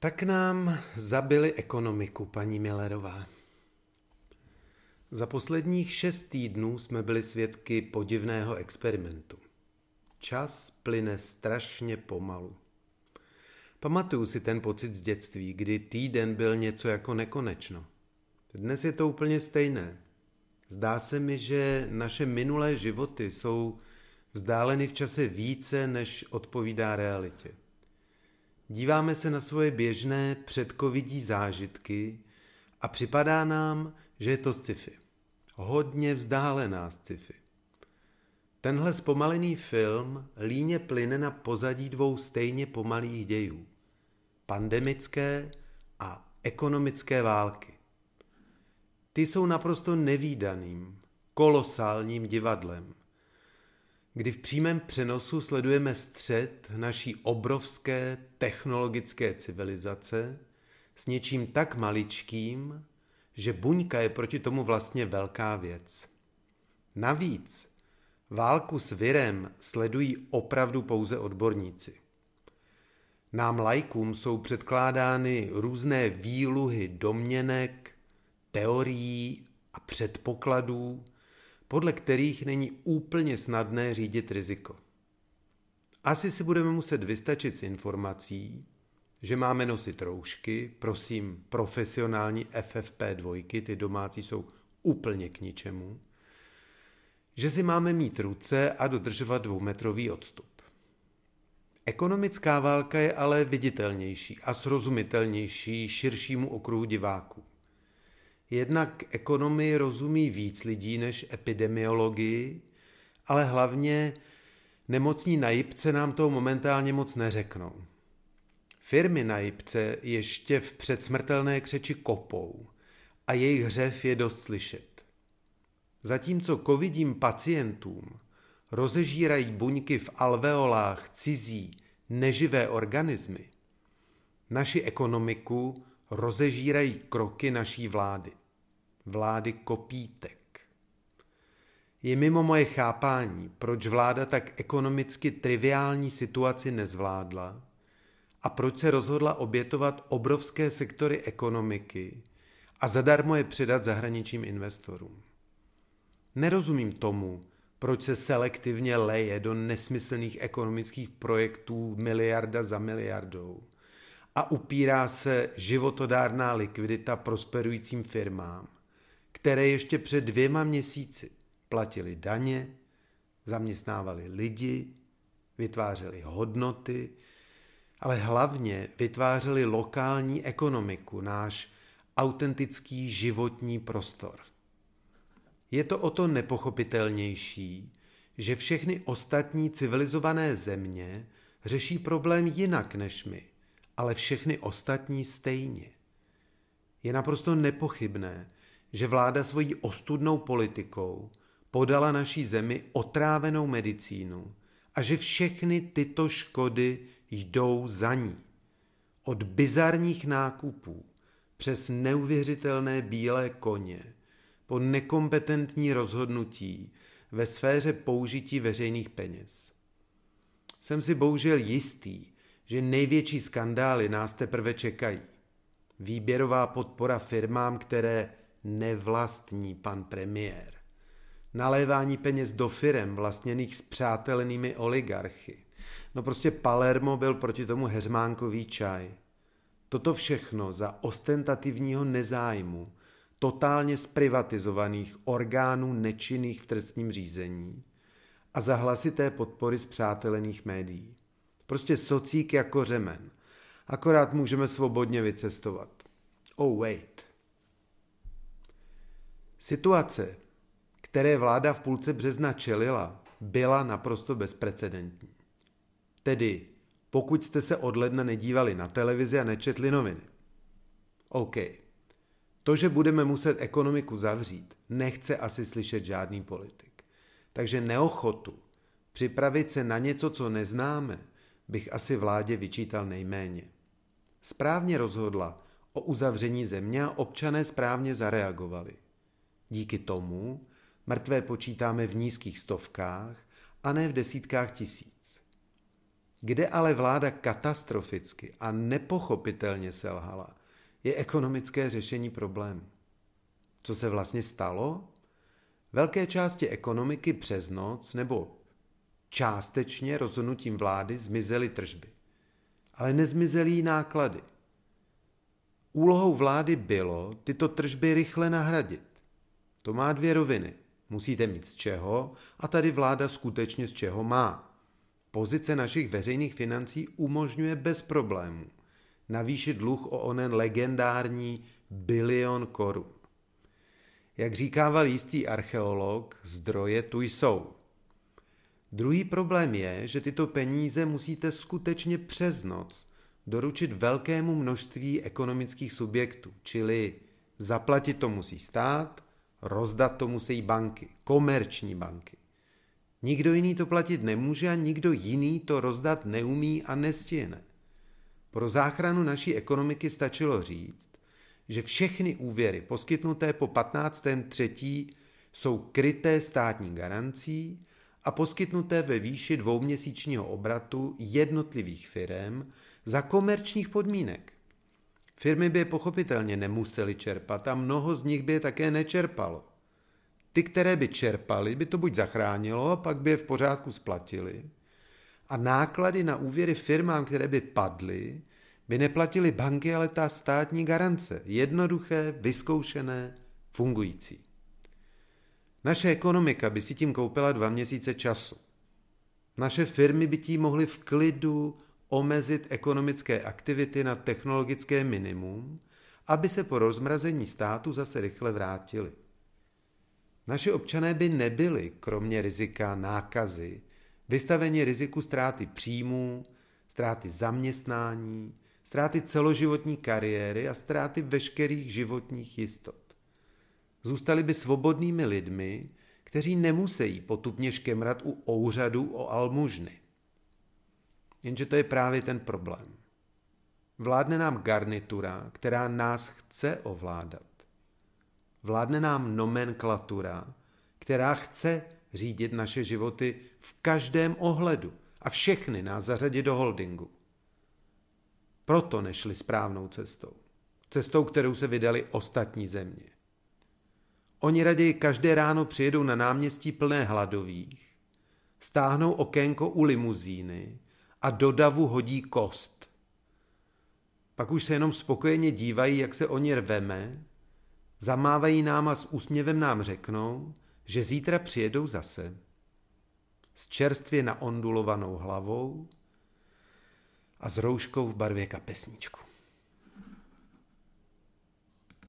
Tak nám zabili ekonomiku, paní Millerová. Za posledních 6 týdnů jsme byli svědky podivného experimentu. Čas plyne strašně pomalu. Pamatuju si ten pocit z dětství, kdy týden byl něco jako nekonečno. Dnes je to úplně stejné. Zdá se mi, že naše minulé životy jsou vzdáleny v čase více, než odpovídá realitě. Díváme se na svoje běžné předcovidní zážitky a připadá nám, že je to sci-fi. Hodně vzdálená sci-fi. Tenhle zpomalený film líně plyne na pozadí 2 stejně pomalých dějů. Pandemické a ekonomické války. Ty jsou naprosto nevídaným, kolosálním divadlem, kdy v přímém přenosu sledujeme střet naší obrovské technologické civilizace s něčím tak maličkým, že buňka je proti tomu vlastně velká věc. Navíc válku s virem sledují opravdu pouze odborníci. Nám laikům jsou předkládány různé výluhy domněnek, teorií a předpokladů, podle kterých není úplně snadné řídit riziko. Asi si budeme muset vystačit s informací, že máme nosit roušky, prosím, profesionální FFP2, ty domácí jsou úplně k ničemu, že si máme mít ruce a dodržovat 2metrový odstup. Ekonomická válka je ale viditelnější a srozumitelnější širšímu okruhu diváků. Jednak ekonomii rozumí víc lidí než epidemiologii, ale hlavně nemocní na jipce nám toho momentálně moc neřeknou. Firmy na jipce ještě v předsmrtelné křeči kopou a jejich hřev je dost slyšet. Zatímco covidím pacientům rozežírají buňky v alveolách cizí neživé organismy, naši ekonomiku rozežírají kroky naší vlády. Vlády kopítek. Je mimo moje chápání, proč vláda tak ekonomicky triviální situaci nezvládla a proč se rozhodla obětovat obrovské sektory ekonomiky a zadarmo je předat zahraničním investorům. Nerozumím tomu, proč se selektivně leje do nesmyslných ekonomických projektů miliarda za miliardou a upírá se životodárná likvidita prosperujícím firmám, které ještě před 2 měsíci platili daně, zaměstnávali lidi, vytvářeli hodnoty, ale hlavně vytvářeli lokální ekonomiku, náš autentický životní prostor. Je to o to nepochopitelnější, že všechny ostatní civilizované země řeší problém jinak než my, ale všechny ostatní stejně. Je naprosto nepochybné, že vláda svojí ostudnou politikou podala naší zemi otrávenou medicínu a že všechny tyto škody jdou za ní. Od bizarních nákupů přes neuvěřitelné bílé koně po nekompetentní rozhodnutí ve sféře použití veřejných peněz. Jsem si bohužel jistý, že největší skandály nás teprve čekají. Výběrová podpora firmám, které nevlastní pan premiér. Nalévání peněz do firem vlastněných spřátelenými oligarchy. No prostě Palermo byl proti tomu heřmánkový čaj. Toto všechno za ostentativního nezájmu totálně zprivatizovaných orgánů nečinných v trestním řízení a za hlasité podpory spřátelených médií. Prostě socík jako řemen. Akorát můžeme svobodně vycestovat. Oh wait. Situace, které vláda v půlce března čelila, byla naprosto bezprecedentní. Tedy, pokud jste se od ledna nedívali na televizi a nečetli noviny. OK. To, že budeme muset ekonomiku zavřít, nechce asi slyšet žádný politik. Takže neochotu připravit se na něco, co neznáme, bych asi vládě vyčítal nejméně. Správně rozhodla o uzavření země a občané správně zareagovali. Díky tomu mrtvé počítáme v nízkých stovkách a ne v desítkách tisíc. Kde ale vláda katastroficky a nepochopitelně selhala, je ekonomické řešení problému. Co se vlastně stalo? Velké části ekonomiky přes noc nebo částečně rozhodnutím vlády zmizely tržby. Ale nezmizely jí náklady. Úlohou vlády bylo tyto tržby rychle nahradit. To má dvě roviny. Musíte mít z čeho a tady vláda skutečně z čeho má. Pozice našich veřejných financí umožňuje bez problémů navýšit dluh o onen legendární bilion korun. Jak říkával jistý archeolog, zdroje tu jsou. Druhý problém je, že tyto peníze musíte skutečně přes noc doručit velkému množství ekonomických subjektů, čili zaplatit to musí stát, rozdat to musí banky, komerční banky. Nikdo jiný to platit nemůže a nikdo jiný to rozdat neumí a nestihne. Pro záchranu naší ekonomiky stačilo říct, že všechny úvěry poskytnuté po 15.3. jsou kryté státní garancí a poskytnuté ve výši 2měsíčního obratu jednotlivých firem za komerčních podmínek. Firmy by je pochopitelně nemusely čerpat a mnoho z nich by je také nečerpalo. Ty, které by čerpali, by to buď zachránilo a pak by je v pořádku splatili a náklady na úvěry firmám, které by padly, by neplatily banky, ale ta státní garance. Jednoduché, vyzkoušené, fungující. Naše ekonomika by si tím koupila 2 měsíce času. Naše firmy by tím mohly v klidu omezit ekonomické aktivity na technologické minimum, aby se po rozmrazení státu zase rychle vrátili. Naši občané by nebyli, kromě rizika nákazy, vystaveni riziku ztráty příjmů, ztráty zaměstnání, ztráty celoživotní kariéry a ztráty veškerých životních jistot. Zůstali by svobodnými lidmi, kteří nemusí potupně škemrat u úřadu o almužny. Jenže to je právě ten problém. Vládne nám garnitura, která nás chce ovládat. Vládne nám nomenklatura, která chce řídit naše životy v každém ohledu a všechny nás zařadit do holdingu. Proto nešli správnou cestou. Cestou, kterou se vydali ostatní země. Oni raději každé ráno přijedou na náměstí plné hladových, stáhnou okénko u limuzíny a do davu hodí kost. Pak už se jenom spokojeně dívají, jak se o ně rveme, zamávají nám a s úsměvem nám řeknou, že zítra přijedou zase. S čerstvě naondulovanou hlavou a s rouškou v barvě kapesníčku.